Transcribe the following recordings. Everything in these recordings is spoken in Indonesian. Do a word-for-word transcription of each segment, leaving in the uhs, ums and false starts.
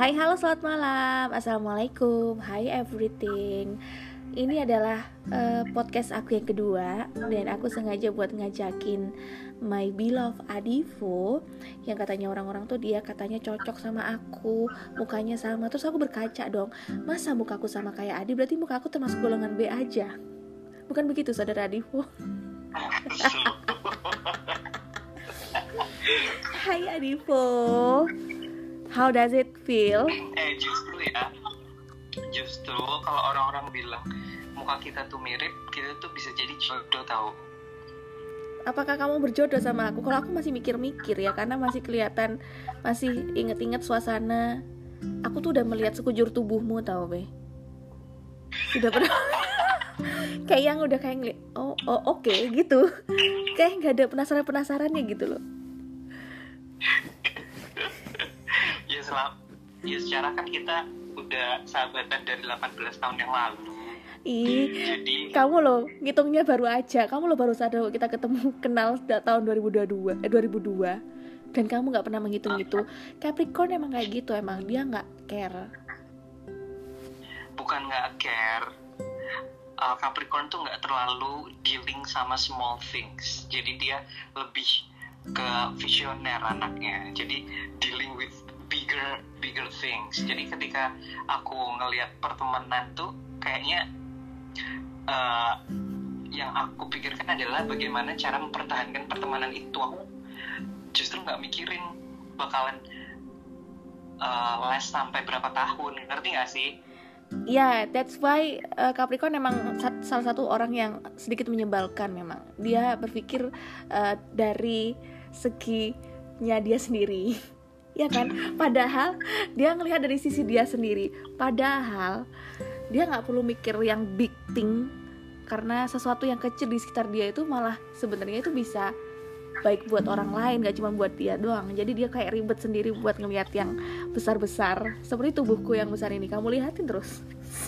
Hai, halo, selamat malam. Assalamualaikum. Hai everything. Ini adalah uh, podcast aku yang kedua, dan aku sengaja buat ngajakin my beloved Adivo, yang katanya orang-orang tuh dia katanya cocok sama aku, mukanya sama. Terus aku berkaca dong, masa mukaku sama kayak Adi, berarti muka aku termasuk golongan B aja. Bukan begitu, saudara Adivo? Hai Adivo, how does it feel? Eh justru ya, justru kalau orang-orang bilang muka kita tuh mirip, kita tuh bisa jadi jodoh tahu. Apakah kamu berjodoh sama aku? Kalau aku masih mikir-mikir ya, karena masih kelihatan, masih inget-inget suasana. Aku tuh udah melihat sekujur tubuhmu tau be. Sudah pernah kayak yang udah kayak ngeliat, oh, oh oke okay, gitu. Kayak gak ada penasaran-penasarannya gitu loh. Ya selam, ya secara kan kita udah sahabatan dari delapan belas tahun yang lalu. Ih, jadi kamu loh ngitungnya baru aja. Kamu loh baru sadar kita ketemu kenal tahun dua ribu dua puluh dua, eh dua ribu dua. Dan kamu nggak pernah menghitung itu. Capricorn emang kayak gitu, emang dia nggak care. Bukan nggak care. Uh, Capricorn tuh nggak terlalu dealing sama small things. Jadi dia lebih ke visioner anaknya. Jadi dealing with bigger bigger things. Jadi ketika aku ngelihat pertemanan tuh kayaknya uh, yang aku pikirkan adalah bagaimana cara mempertahankan pertemanan itu. Aku justru nggak mikirin bakalan uh, last sampai berapa tahun, ngerti nggak sih? Ya, yeah, that's why uh, Capricorn memang sat- salah satu orang yang sedikit menyebalkan memang. Dia berpikir uh, dari seginya dia sendiri. Ya kan? Padahal dia ngelihat dari sisi dia sendiri. Padahal dia nggak perlu mikir yang big thing, karena sesuatu yang kecil di sekitar dia itu malah sebenarnya itu bisa baik buat orang lain, gak cuma buat dia doang. Jadi dia kayak ribet sendiri buat ngelihat yang besar-besar, seperti tubuhku yang besar ini. Kamu lihatin terus.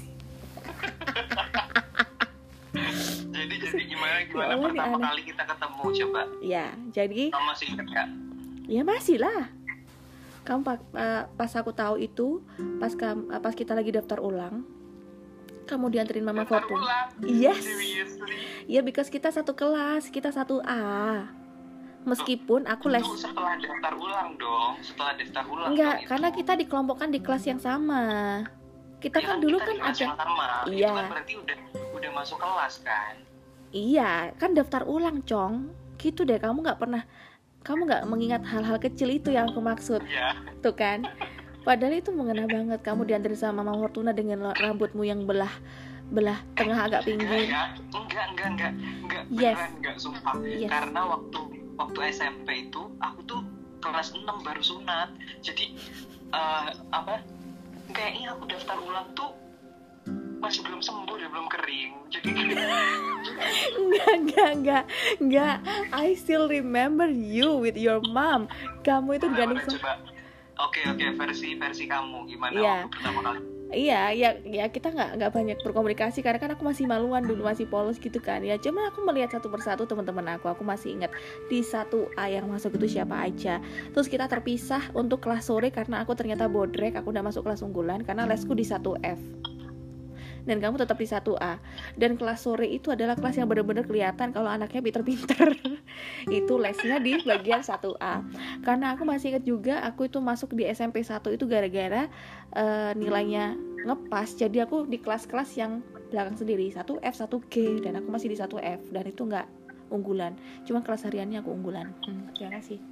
jadi jadi gimana gimana ya, pertama kali kita ketemu coba? Ya, jadi kamu masih ingat gak? Ya masih lah. Kamu pas aku tahu itu pas kam, pas kita lagi daftar ulang, kamu dianterin Mama Fortuna. Yes. Ya, yeah, because kita satu kelas, kita satu A. Meskipun aku les itu setelah daftar ulang dong, setelah daftar ulang. Enggak, dong, karena kita dikelompokkan di kelas yang sama. Kita ya, kan dulu kan ada. Iya. Itu kan berarti udah udah masuk kelas kan? Iya, kan daftar ulang, Cong. Gitu deh, kamu nggak pernah, kamu nggak mengingat hal-hal kecil itu yang aku maksud. Iya. Tuh kan. Padahal itu mengena banget. Kamu diantarin sama Mama Fortuna dengan rambutmu yang belah belah tengah agak pinggir. Enggak, enggak, enggak, enggak, enggak, yes. beneran enggak, sumpah. Yes. Karena waktu waktu S M P itu aku tuh kelas enam baru sunat. Jadi uh, apa? Kayaknya aku daftar ulang tuh masih belum sembuh, ya belum kering. Jadi enggak, enggak, enggak, enggak. I still remember you with your mom. Kamu itu digandeng sama. Oke, oke, versi versi kamu gimana yeah. waktu pertama kali? Iya, ya, ya kita nggak nggak banyak berkomunikasi karena kan aku masih maluan dulu, masih polos gitu kan. Ya cuma aku melihat satu persatu teman-teman aku, aku masih ingat di satu A yang masuk itu siapa aja. Terus kita terpisah untuk kelas sore karena aku ternyata bodrek, aku udah masuk kelas unggulan karena lesku di satu F. Dan kamu tetap di satu A. Dan kelas sore itu adalah kelas yang benar-benar kelihatan kalau anaknya pinter-pinter. Itu lesnya di bagian satu A. Karena aku masih ingat juga aku itu masuk di S M P satu itu gara-gara uh, nilainya ngepas. Jadi aku di kelas-kelas yang belakang sendiri, satu F, satu G, dan aku masih di satu F. Dan itu gak unggulan. Cuma kelas hariannya aku unggulan. hmm, Terima kasih.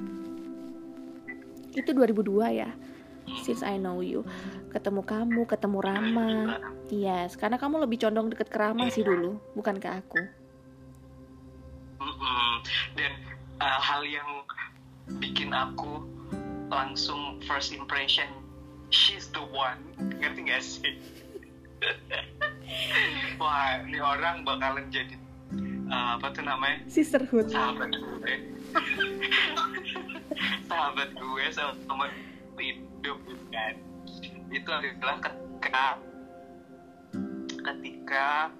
Itu dua ribu dua ya. Since I know you, ketemu kamu, ketemu Rama. Yes, karena kamu lebih condong deket ke Rama sih dulu, bukan ke aku. Mm-mm. Dan uh, hal yang bikin aku langsung first impression, she's the one, ngerti gak sih? Wah, ini orang bakalan jadi uh, apa tuh namanya? Sisterhood. Sahabat gue. Sahabat gue sama hidup kan. Itu adalah ketika ketika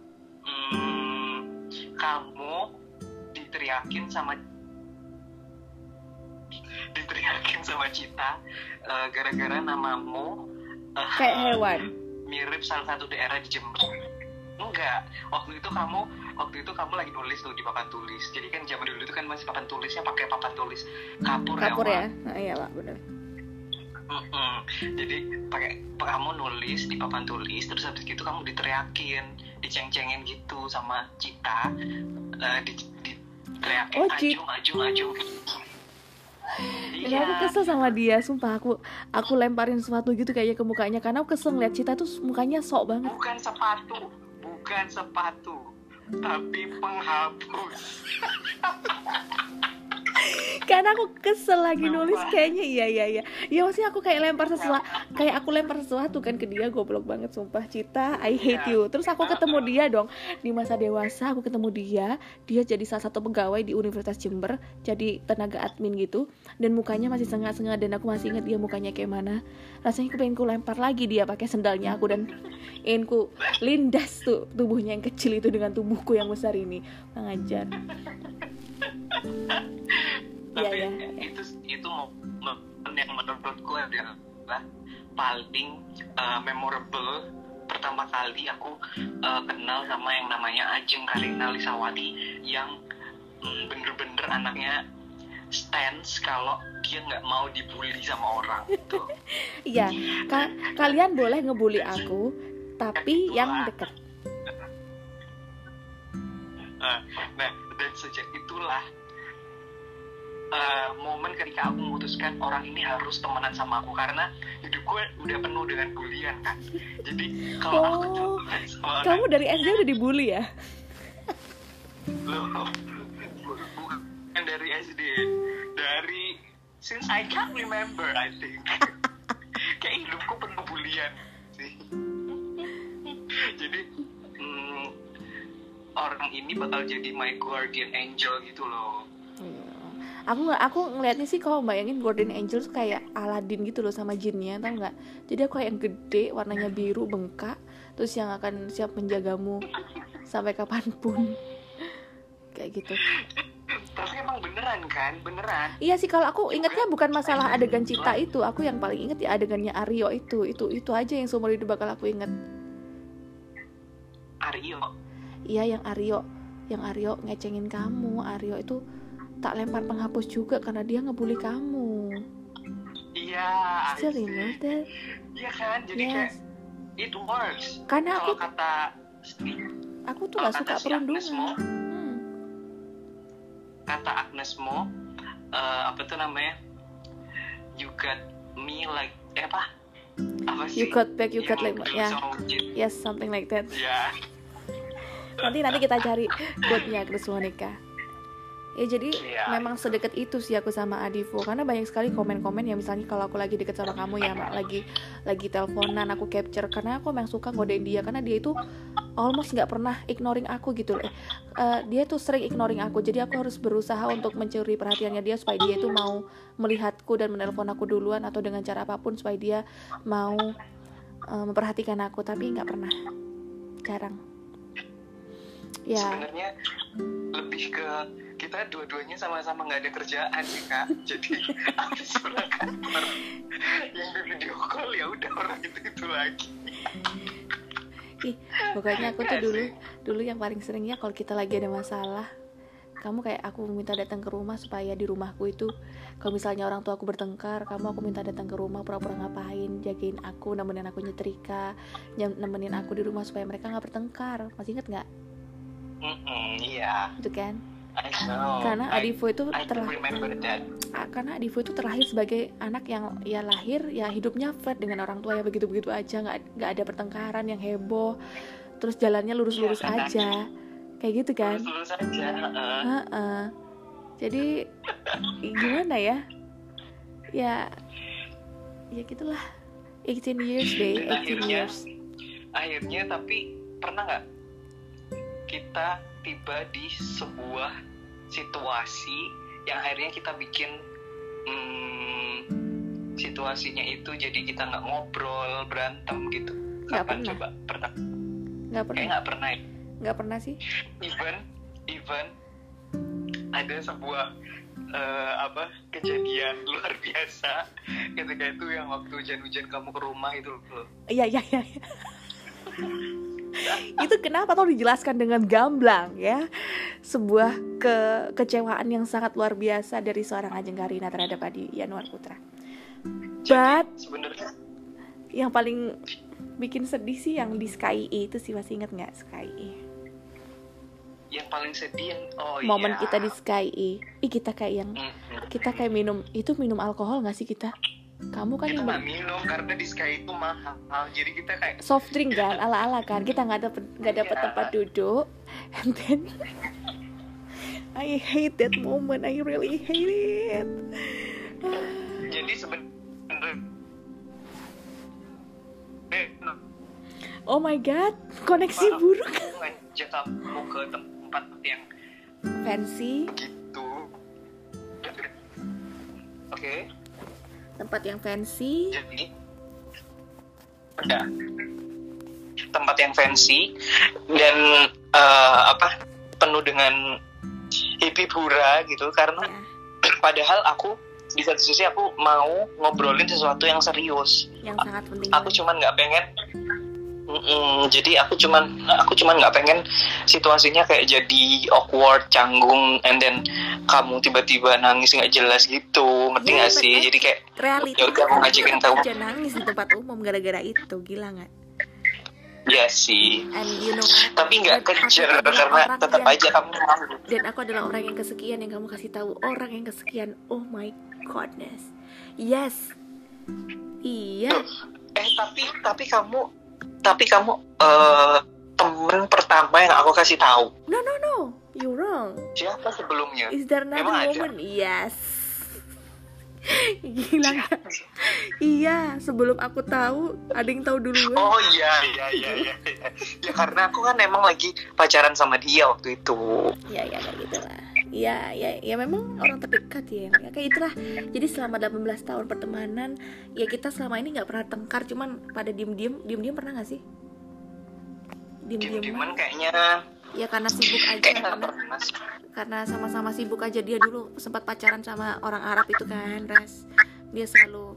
hmm, kamu diteriakin sama diteriakin sama Cita uh, gara-gara namamu uh, Kayak hewan. mirip salah satu daerah di Jember. Enggak, waktu itu kamu waktu itu kamu lagi nulis tuh di papan tulis. Jadi kan zaman dulu itu kan masih papan tulisnya pakai papan tulis kapur, Kapur ya, ya. Nah, iya Pak, benar. Mm-mm. Jadi pakai kamu nulis di papan tulis, terus habis gitu kamu diteriakin, diceng-cengin gitu sama Cita, uh, di, diteriakin Oh, ajung ajung ajung. Dan aku kesel sama dia, sumpah aku aku lemparin sesuatu gitu kayaknya ke mukanya karena aku kesel ngeliat Cita tuh mukanya sok banget. Bukan sepatu, bukan sepatu, tapi penghapus. Karena aku kesel lagi nulis kayaknya iya iya iya. Ya maksudnya aku kayak lempar sesuatu, kayak aku lempar sesuatu kan ke dia, goblok banget sumpah. Cita, I hate you. Terus aku ketemu dia dong di masa dewasa, aku ketemu dia, dia jadi salah satu pegawai di Universitas Jember, jadi tenaga admin gitu, dan mukanya masih sengah-sengah dan aku masih ingat dia mukanya kayak mana. Rasanya aku pengen ku lempar lagi dia pakai sendalnya aku dan ingin ku lindas tuh tubuhnya yang kecil itu dengan tubuhku yang besar ini. Ngajar. Tapi ya, ya. itu itu momen yang menurutku adalah paling uh, memorable. Pertama kali aku uh, kenal sama yang namanya Ajeng Karina Lisawati yang mm, bener-bener anaknya stance kalau dia nggak mau dibully sama orang gitu. Iya, ka- kalian boleh ngebully aku, tapi yang dekat. Uh, nah, dan sejak itulah Uh, momen ketika aku memutuskan orang ini harus temenan sama aku karena hidupku udah penuh dengan bulian kan. Jadi kalau oh, aku temenan sama kamu dari S D udah dibully ya? Loh, bukan dari S D, dari since I can't remember I think. Kayak hidupku penuh bulian sih. Jadi hmm, orang ini bakal jadi my guardian angel gitu loh. Aku nggak, aku ngelihatnya sih kalau bayangin Guardian Angel tuh kayak Aladdin gitu loh sama jinnya, tau nggak? Jadi aku kayak yang gede, warnanya biru, bengkak, terus yang akan siap menjagamu sampai kapanpun, kayak gitu. Tapi emang beneran kan, beneran. Iya sih, kalau aku ingetnya bukan masalah adegan Cita itu, aku yang paling inget ya adegannya Aryo itu, itu itu aja yang seumur hidup bakal aku inget. Aryo. Iya, yang Aryo, yang Aryo ngecengin kamu, Aryo itu tak lempar penghapus juga karena dia ngebully kamu. Iya. Still remember? Iya kan, jadi yes. Kayak it works. Karena kalau aku kata aku tuh gak suka si perundungan. Hmm. Kata Agnes Mo, uh, apa tuh namanya? You got me like eh apa? Apa sih? You got back, you got like ya. Yeah. Yes, something like that. Iya. Yeah. Nanti nanti kita cari quote-nya Agnes Monica. Ya jadi yeah. Memang sedekat itu sih aku sama Adivo karena banyak sekali komen-komen yang misalnya kalau aku lagi deket sama kamu ya lagi lagi teleponan aku capture karena aku memang suka ngodein dia karena dia itu almost nggak pernah ignoring aku gitu loh. Uh, dia tuh sering ignoring aku jadi aku harus berusaha untuk mencuri perhatiannya dia supaya dia itu mau melihatku dan menelpon aku duluan atau dengan cara apapun supaya dia mau uh, memperhatikan aku tapi nggak pernah, jarang. Ya. Sebenarnya lebih ke kita dua-duanya sama-sama nggak ada kerjaan sih kak, jadi habis pulang kantor yang di video call ya udah orang itu itu lagi. Ih, pokoknya aku tuh dulu dulu yang paling seringnya kalau kita lagi ada masalah, kamu kayak aku minta datang ke rumah supaya di rumahku itu kalau misalnya orang tua aku bertengkar, kamu aku minta datang ke rumah pura-pura ngapain, jagain aku, nemenin aku nyetrika, nemenin aku di rumah supaya mereka nggak bertengkar. Masih inget nggak? Iya. Itu kan? I know. Karena Adivo itu terlahir, karena Adivo itu terlahir sebagai anak yang ya lahir ya hidupnya flat dengan orang tua ya begitu-begitu aja, nggak nggak ada pertengkaran yang heboh, terus jalannya lurus-lurus ya, aja, kayak gitu kan? Lurus-lurus aja. Uh. Uh-uh. Jadi gimana ya? Ya, ya gitulah. eighteen years deh, eighteen akhirnya, years. Akhirnya tapi pernah nggak kita tiba di sebuah situasi yang akhirnya kita bikin hmm, situasinya itu jadi kita nggak ngobrol, berantem gitu? Nggak Kapan pernah. Coba pernah? Nggak pernah. Kayak nggak pernah ya? Nggak pernah sih. Even even ada sebuah uh, apa kejadian luar biasa ketika itu yang waktu hujan-hujan kamu ke rumah itu loh. Iya iya iya. Itu kenapa tolong dijelaskan dengan gamblang ya. Sebuah ke kecewaan yang sangat luar biasa dari seorang Ajeng Karina terhadap Adi Yanuar Putra. But sebenarnya yang paling bikin sedih sih yang di Sky E itu sih, masih inget nggak Sky E? Yang paling sedih oh momen iya. kita di Sky E. Ih kita kayak yang mm-hmm. kita kayak minum itu minum alkohol nggak sih kita? Kamu kan kita yang nggak minum karena di Sky itu mahal, jadi kita kayak soft drink kan, ala-ala kan, kita nggak dapet nggak dapet yeah. tempat duduk, and then I hate that moment, I really hate it. Jadi sebenarnya oh my god, koneksi buruk. Ngajak kamu ke tempat yang fancy gitu. Oke. Okay. Tempat yang fancy. Jadi udah tempat yang fancy dan uh, apa penuh dengan hippie pura gitu karena ya. Padahal aku di satu sisi aku mau ngobrolin sesuatu yang serius. Yang sangat penting. Aku cuman nggak pengen. Mm-mm, jadi aku cuman aku cuman nggak pengen situasinya kayak jadi awkward, canggung, and then kamu tiba-tiba nangis nggak jelas gitu, ngerti nggak yeah, sih? Eh, jadi kayak realita ya udah aku ngajakin kamu aja nangis di tempat umum gara-gara itu, gila nggak? Ya sih. And you know what? Tapi nggak kejar karena tetap yang, aja kamu nangis. Dan aku adalah orang yang kesekian yang kamu kasih tahu, orang yang kesekian. Oh my godness, yes, iya. Eh tapi tapi kamu Tapi kamu uh, temen pertama yang aku kasih tahu. No no no, you wrong. Siapa sebelumnya? Is there another Emang woman? Ada? Yes. Gila gak? Iya, sebelum aku tahu, ada yang tahu duluan. Oh iya iya iya iya. Ya karena aku kan emang lagi pacaran sama dia waktu itu. Iya iya kayak gitu lah. Iya ya ya memang orang terdekat ya, ya kayak itulah. Jadi selama delapan belas tahun pertemanan, ya kita selama ini nggak pernah tengkar, cuman pada diem-diem diem-diem pernah nggak sih? Diem-diem. Diem-dieman kayaknya. Ya karena sibuk aja. Karena, karena sama-sama sibuk aja. Dia dulu sempat pacaran sama orang Arab itu kan, Res. Dia selalu.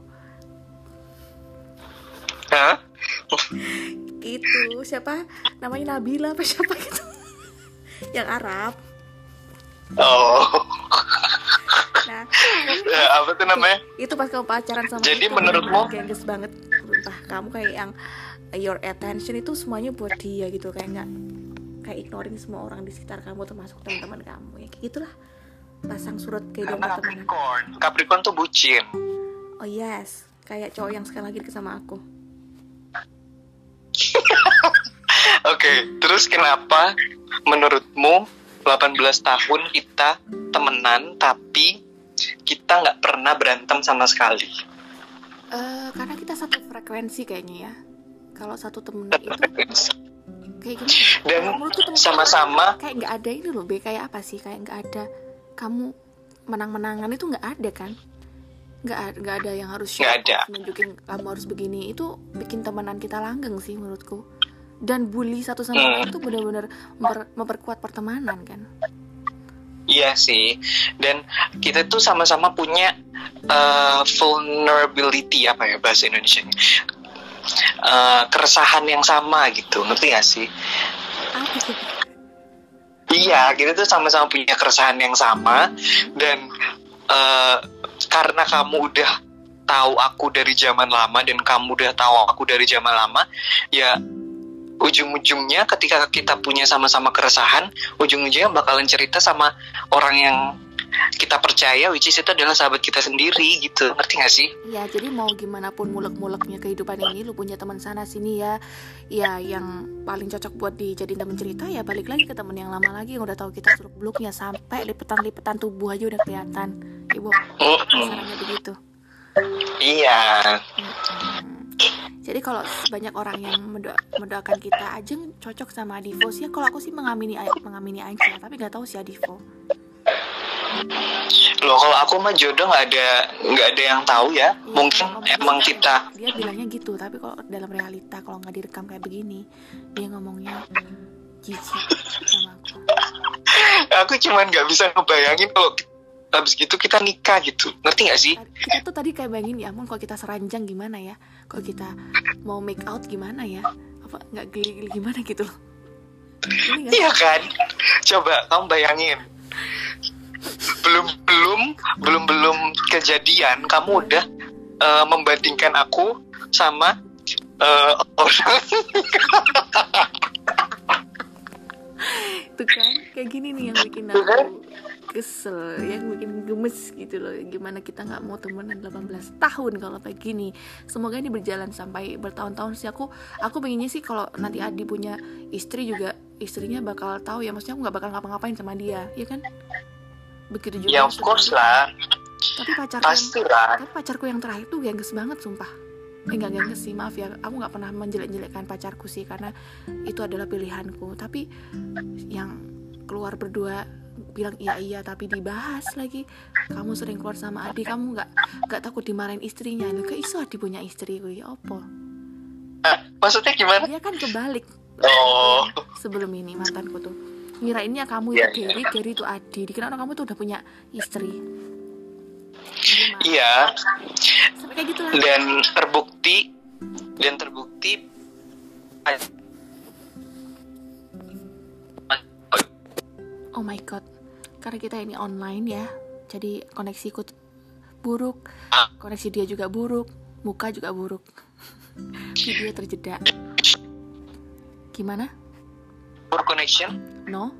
Hah? Itu siapa? Namanya Nabila apa siapa gitu? Yang Arab. Oh. Nah, ya, apa tuh namanya? Itu pas kamu pacaran sama jadi itu, menurutmu gengges banget. Entah kamu kayak yang your attention itu semuanya buat dia gitu, kayak nggak kayak ignoring semua orang di sekitar kamu termasuk teman-teman kamu ya, kayak gitulah. Pasang surut kehidupan pertemanan. Capricorn. Capricorn tuh bucin. Oh yes, kayak cowok yang sekarang lagi deket sama aku. Oke, okay, terus kenapa menurutmu delapan belas tahun kita temenan tapi kita nggak pernah berantem sama sekali? Uh, karena kita satu frekuensi kayaknya ya. Kalau satu temenan itu kayak gini. Dan sama-sama kayak nggak ada ini loh, be kayak apa sih? Kayak nggak ada kamu menang-menangan itu nggak ada kan? Nggak ada, nggak ada yang harus show off, nunjukin kamu harus begini. Itu bikin temenan kita langgeng sih menurutku. Dan bully satu sama lain hmm. itu benar-benar memper, memperkuat pertemanan kan? Iya sih. Dan kita tuh sama-sama punya uh, vulnerability, apa ya bahasa Indonesianya? Uh, keresahan yang sama gitu, ngerti gak sih? Apa sih? Iya, kita tuh sama-sama punya keresahan yang sama. Dan uh, karena kamu udah tahu aku dari zaman lama dan kamu udah tahu aku dari zaman lama, ya ujung-ujungnya ketika kita punya sama-sama keresahan, ujung-ujungnya bakalan cerita sama orang yang kita percaya, which is itu adalah sahabat kita sendiri gitu, ngerti gak sih? Ya, jadi mau gimana pun mulek-muleknya kehidupan ini, lu punya teman sana sini ya, ya yang paling cocok buat dijadiin teman cerita ya balik lagi ke teman yang lama lagi yang udah tahu kita seluk-beluknya sampai lipetan-lipetan tubuh aja udah kelihatan, ibu. Caranya begitu. Iya. Mm-mm. Jadi kalau banyak orang yang mendoa, mendoakan kita Ajeng cocok sama Adivo sih, kalau aku sih mengamini mengamini aja, tapi nggak tahu si Adivo. Loh kalau aku mah jodoh nggak ada nggak ada yang tahu ya, ya mungkin emang dia, kita. Dia bilangnya gitu, tapi kalau dalam realita kalau nggak direkam kayak begini, dia ngomongnya jijik sama aku. Aku cuman nggak bisa ngebayangin kalau habis gitu kita nikah gitu, ngerti nggak sih? Kita tuh tadi kayak bayangin ya, ampun kalau kita seranjang gimana ya, kalau kita mau make out gimana ya, apa nggak geli-geli gimana gitu loh. Iya kan, coba kamu bayangin, belum belum belum belum kejadian kamu udah uh, membandingkan aku sama uh, orang. Itu kan kayak gini nih yang bikin aku kesel, yang bikin gemes gitu loh. Gimana kita nggak mau temenan delapan belas tahun kalau kayak gini. Semoga ini berjalan sampai bertahun-tahun sih. Aku aku pengennya sih kalau nanti Adi punya istri juga, istrinya bakal tahu ya, maksudnya aku nggak bakal ngapa-ngapain sama dia, ya kan? Begitu juga. Ya of course lah. Tapi pacarku yang, tapi pacarku yang terakhir tuh gengges banget sumpah. Eh nggak gengges sih, maaf ya, aku nggak pernah menjelek-jelekkan pacarku sih, karena itu adalah pilihanku. Tapi yang keluar berdua bilang iya iya tapi dibahas lagi, kamu sering keluar sama Adi, kamu nggak nggak takut dimarahin istrinya? Lu kayak iso Adi punya istri gue ya opo? Uh, maksudnya gimana? Dia kan kebalik. Oh. Sebelum ini mantanku tuh ngirainnya kamu itu yeah, Gary, yeah. Gary itu Adi, dikira orang kamu tuh udah punya istri. Iya. Sampai kayak gitu lah. Dan terbukti dan terbukti oh my god, karena kita ini online ya, jadi koneksiku buruk, koneksi dia juga buruk, muka juga buruk, video terjeda. Gimana? Poor connection? No.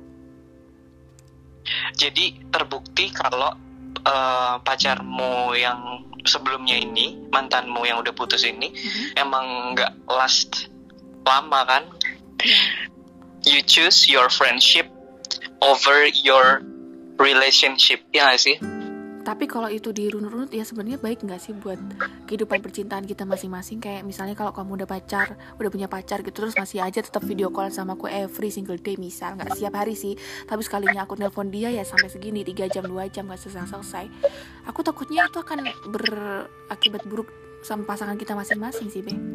Jadi terbukti kalau uh, pacarmu yang sebelumnya ini, mantanmu yang udah putus ini, mm-hmm. emang nggak last lama kan? Yeah. You choose your friendship over your relationship, ya gak sih? Tapi kalau itu dirunut-runut ya sebenarnya baik nggak sih buat kehidupan percintaan kita masing-masing? Kayak misalnya kalau kamu udah pacar, udah punya pacar gitu, terus masih aja tetap video call sama aku every single day, misal nggak setiap hari sih, tapi sekalinya aku nelpon dia ya sampai segini, tiga jam dua jam nggak selesai-selesai. Aku takutnya itu akan berakibat buruk sama pasangan kita masing-masing sih, Be.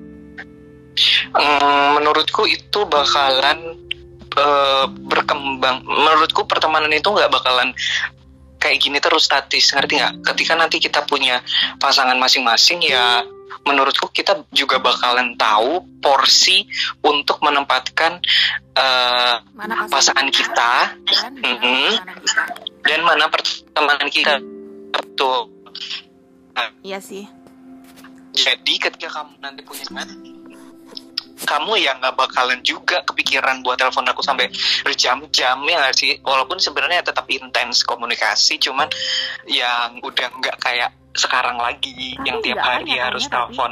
Hmm, menurutku itu bakalan uh, berkembang. Menurutku pertemanan itu nggak bakalan kayak gini terus statis, ngerti nggak? Ketika nanti kita punya pasangan masing-masing ya, menurutku kita juga bakalan tahu porsi untuk menempatkan uh, mana pasangan kita, kita, dan, mm-hmm, kita dan mana pertemanan kita. Betul. Nah, iya sih. Jadi ketika kamu nanti punya teman, kamu ya nggak bakalan juga kepikiran buat telepon aku sampai berjam-jam, ya nggak sih? Walaupun sebenarnya tetap intens komunikasi, cuman yang udah nggak kayak sekarang lagi, tapi yang tiap hari harus telepon.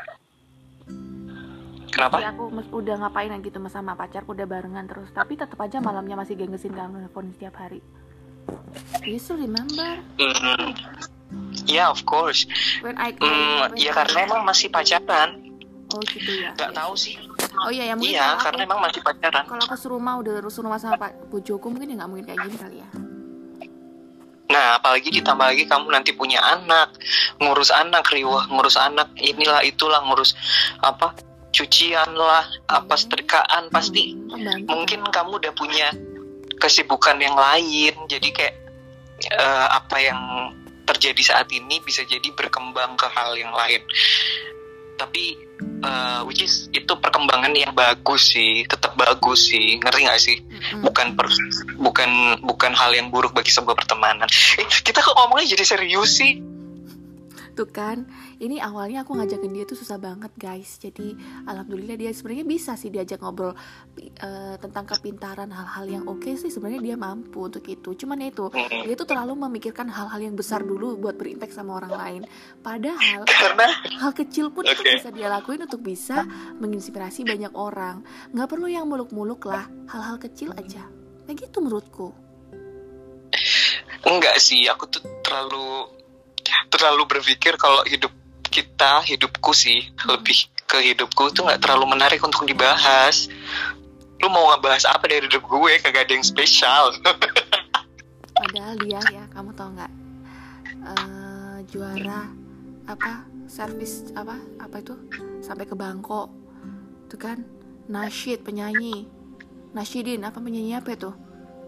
Kenapa? Jadi aku udah ngapain gitu sama pacarku, udah barengan terus, tapi tetap aja malamnya masih genggesin kamu telepon setiap hari. You still remember? Mm-hmm. Ya, yeah, of course. When I, mm, when ya I, karena I, emang masih pacaran. Oh gitu ya. Gak tahu sih. Oh iya ya mungkin. Iya karena emang masih pacaran. Kalau aku serumah udah serumah sama Pak Bojoku mungkin ya nggak mungkin kayak gini kali ya. Nah apalagi ditambah lagi kamu nanti punya anak, ngurus anak, riwah ngurus anak, inilah itulah, ngurus apa cucian lah, apa setrikaan, pasti hmm, mungkin kamu udah punya kesibukan yang lain. Jadi kayak uh, apa yang terjadi saat ini bisa jadi berkembang ke hal yang lain. Tapi uh, which is itu perkembangan yang bagus sih, tetap bagus sih, ngerti nggak sih? Mm-hmm. Bukan per, bukan bukan hal yang buruk bagi sebuah pertemanan. Eh kita kok ngomongnya jadi serius sih? Tuh kan, ini awalnya aku ngajakin dia tuh susah banget guys. Jadi alhamdulillah dia sebenarnya bisa sih diajak ngobrol uh, tentang kepintaran, hal-hal yang oke okay sih sebenarnya dia mampu untuk itu. Cuman ya itu mm-hmm. dia tuh terlalu memikirkan hal-hal yang besar dulu buat berimpact sama orang lain. Padahal karena hal kecil pun okay. itu bisa dia lakuin untuk bisa menginspirasi banyak orang. Nggak perlu yang muluk-muluk lah, hal-hal kecil aja. Kayak gitu menurutku. Enggak sih, aku tuh terlalu terlalu berpikir kalau hidup kita, hidupku sih, hmm. lebih ke hidupku itu nggak terlalu menarik untuk dibahas. Lu mau ngebahas apa dari hidup gue? Kagak ada yang spesial. Padahal dia ya, kamu tau nggak uh, juara apa servis apa apa itu sampai ke Bangkok, tuh kan? Nasyid penyanyi, Nasyidin apa penyanyi apa itu?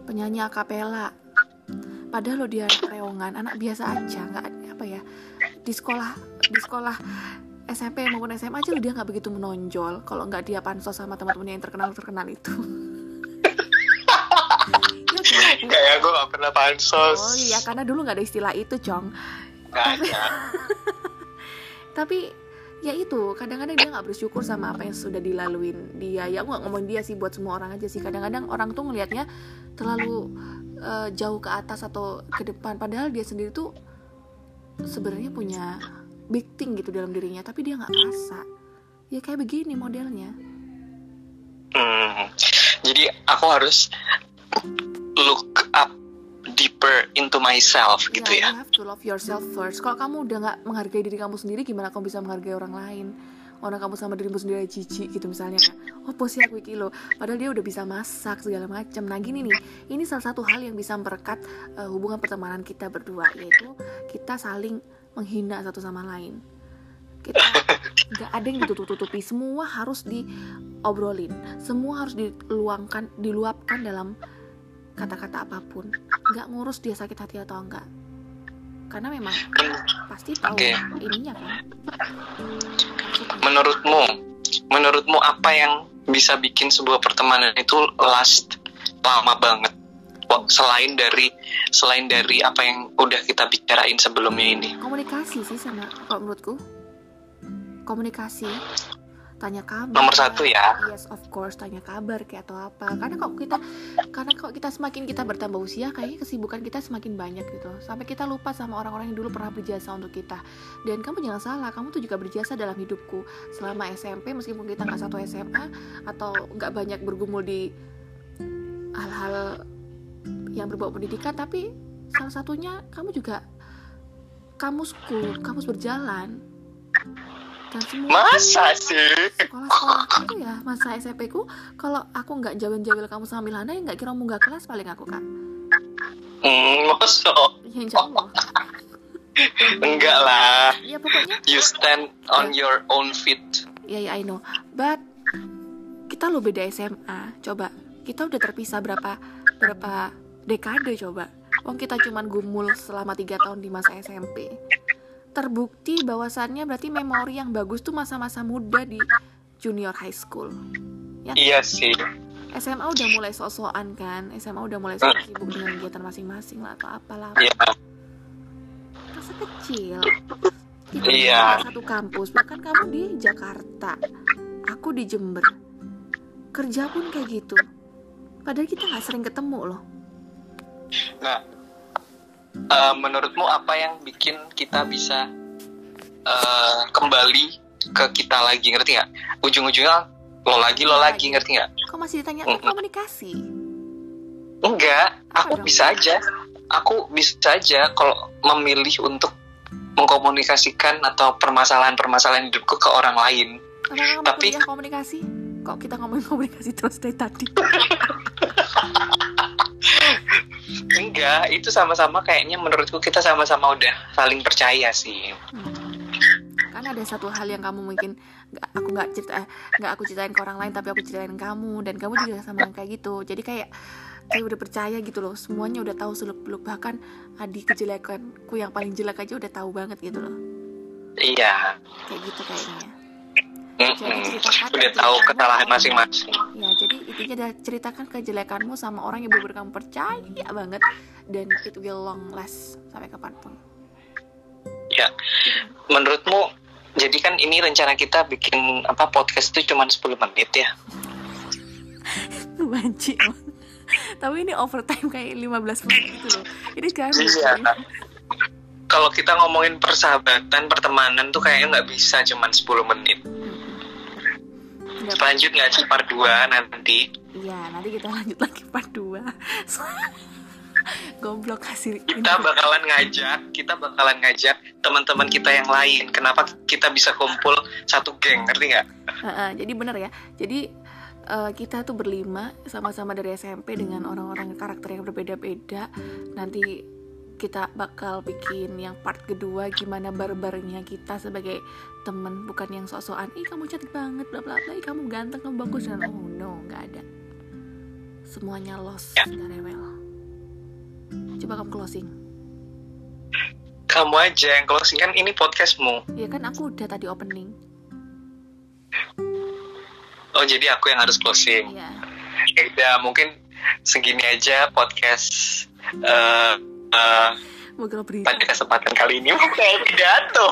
penyanyi akapela. Padahal lo dia anak reongan, anak biasa aja, nggak apa ya, di sekolah di sekolah S M P maupun S M A aja lo dia nggak begitu menonjol. Kalau nggak dia pansos sama teman-temannya yang terkenal terkenal itu. Ya, kayak gue nggak pernah pansos. Oh iya, karena dulu nggak ada istilah itu, Cong. Nggak ada. Tapi ya itu, kadang-kadang dia nggak bersyukur sama apa yang sudah dilaluin dia. Ya aku nggak ngomongin dia sih, buat semua orang aja sih. Kadang-kadang orang tuh ngelihatnya terlalu uh, jauh ke atas atau ke depan, padahal dia sendiri tuh sebenarnya punya big thing gitu dalam dirinya, tapi dia nggak merasa. Ya kayak begini modelnya. Hmm, jadi aku harus look up deeper into myself gitu ya. Ya. You have to love yourself first. Kalau kamu udah nggak menghargai diri kamu sendiri, gimana kamu bisa menghargai orang lain? Orang kamu sama dirimu sendiri jijik gitu misalnya. Oh posisi aku iki loh, padahal dia udah bisa masak segala macam. Nah gini nih, ini salah satu hal yang bisa memperkat uh, hubungan pertemanan kita berdua, yaitu kita saling menghina satu sama lain. Kita nggak ada yang ditutup-tutupi, semua harus diobrolin, semua harus diluangkan, diluapkan dalam kata-kata apapun. Nggak ngurus dia sakit hati atau enggak, karena memang pasti tahu okay. ininya kan. Menurutmu, menurutmu apa yang bisa bikin sebuah pertemanan itu last lama banget? Wah, selain dari selain dari apa yang udah kita bicarain sebelumnya ini. Komunikasi sih sama, kalau menurutku. Komunikasi. Tanya kabar. Nomor satu ya. Yes, of course, tanya kabar kayak atau apa. Karena kalau kita karena kalau kita semakin kita bertambah usia, kayaknya kesibukan kita semakin banyak gitu. Sampai kita lupa sama orang-orang yang dulu pernah berjasa untuk kita. Dan kamu jangan salah, kamu tuh juga berjasa dalam hidupku. Selama S M P, meskipun kita nggak satu S M A atau nggak banyak bergumul di hal-hal yang berbau pendidikan, tapi salah satunya kamu juga kamusku, kamus berjalan. Dan semua masa sih sekolah-sekolah itu ya, masa S M P ku, kalau aku nggak jawel-jawel kamu sama Milana, ya nggak kira mau nggak kelas paling aku kak. Hmm, masuk. Ya insya Allah. Enggak lah. Ya pokoknya. You stand on ya. Your own feet. Ya ya I know. But kita lo beda S M A. Coba kita udah terpisah berapa berapa dekade coba. Wong kita cuman gumul selama tiga tahun di masa S M P. Terbukti bahwasannya berarti memori yang bagus tuh masa-masa muda di junior high school ya? Iya sih. S M A udah mulai sok-sokan kan, S M A udah mulai sibuk dengan kegiatan masing-masing lah atau apalah. Iya. Masa kecil kita iya. Satu kampus, bahkan kamu di Jakarta, aku di Jember, kerja pun kayak gitu, padahal kita nggak sering ketemu loh. Nah, Uh, menurutmu apa yang bikin kita bisa uh, kembali ke kita lagi, ngerti nggak? Ujung-ujungnya lo lagi lo lagi, ngerti nggak? Kok masih ditanya mm-hmm. komunikasi? Enggak, apa aku dong? bisa aja, aku bisa aja kalau memilih untuk mengkomunikasikan atau permasalahan-permasalahan hidupku ke orang lain. Karena tapi kuliah komunikasi, kok kita ngomongin komunikasi terus dari tadi? Enggak, itu sama-sama kayaknya menurutku kita sama-sama udah saling percaya sih. Hmm. Kan ada satu hal yang kamu mungkin nggak, aku nggak cerita, nggak aku ceritain ke orang lain, tapi aku ceritain kamu, dan kamu juga sama kayak gitu. Jadi kayak kayak udah percaya gitu loh, semuanya udah tahu seluk-beluk, bahkan adik kejelekanku yang paling jelek aja udah tahu banget gitu loh. Iya. Kayak gitu kayaknya. Jadi udah tahu kesalahan masing-masing. Ya, jadi intinya adalah ceritakan kejelekanmu sama orang yang benar-benar kamu percaya banget, dan it will long last sampai kapanpun. Ya, menurutmu, jadi kan ini rencana kita bikin apa podcast itu cuma sepuluh menit ya? Banci, tapi ini overtime kayak lima belas menit gitu loh. Ini sekarang iya. Kalau kita ngomongin persahabatan, pertemanan tuh kayaknya nggak bisa cuma sepuluh menit. Gak lanjut nggak sih part dua nanti? Iya, nanti kita lanjut lagi part dua. Goblok kasih. Kita bakalan ngajak, kita bakalan ngajak teman-teman kita yang lain. Kenapa kita bisa kumpul satu geng, ngerti nggak? Uh-uh, jadi benar ya. Jadi uh, kita tuh berlima, sama-sama dari S M P dengan orang-orang karakter yang berbeda-beda. Nanti kita bakal bikin yang part kedua, gimana barbarnya kita sebagai teman, bukan yang sok-sokan, ih kamu cantik banget, bla bla bla, ih kamu ganteng, kamu bagus, dan oh no, nggak ada, semuanya lost, ya. Nggak rewel. Coba kamu closing. Kamu aja yang closing, kan ini podcastmu. Ya kan aku udah tadi opening. Oh jadi aku yang harus closing. Iya. Ya udah, mungkin segini aja podcast uh, uh, pada kesempatan kali ini. Kayak pidato.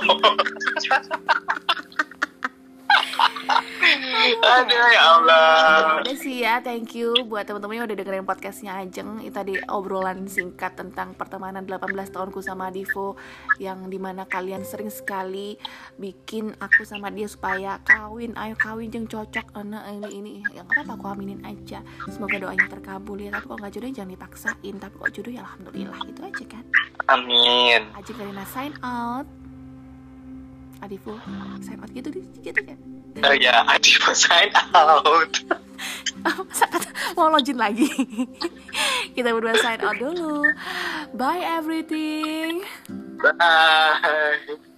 Aduh ya Allah. Udah sih ya, thank you buat teman-teman yang udah dengerin podcastnya Ajeng. Itu tadi obrolan singkat tentang pertemanan delapan belas tahunku sama Divo, yang dimana kalian sering sekali bikin aku sama dia supaya kawin, ayo kawin Jeng, cocok, nah, ini ini yang apa-apa aku aminin aja, semoga doanya terkabul ya. Tapi kalau nggak jodoh jangan dipaksain, tapi kalau jodoh ya alhamdulillah, gitu aja kan. Amin. Ajeng Karina sign out. Adivo sign out gitu gitu kan. Oh ya, Adivo sign out. Mau login lagi. Kita berdua sign out dulu. Bye everything. Bye.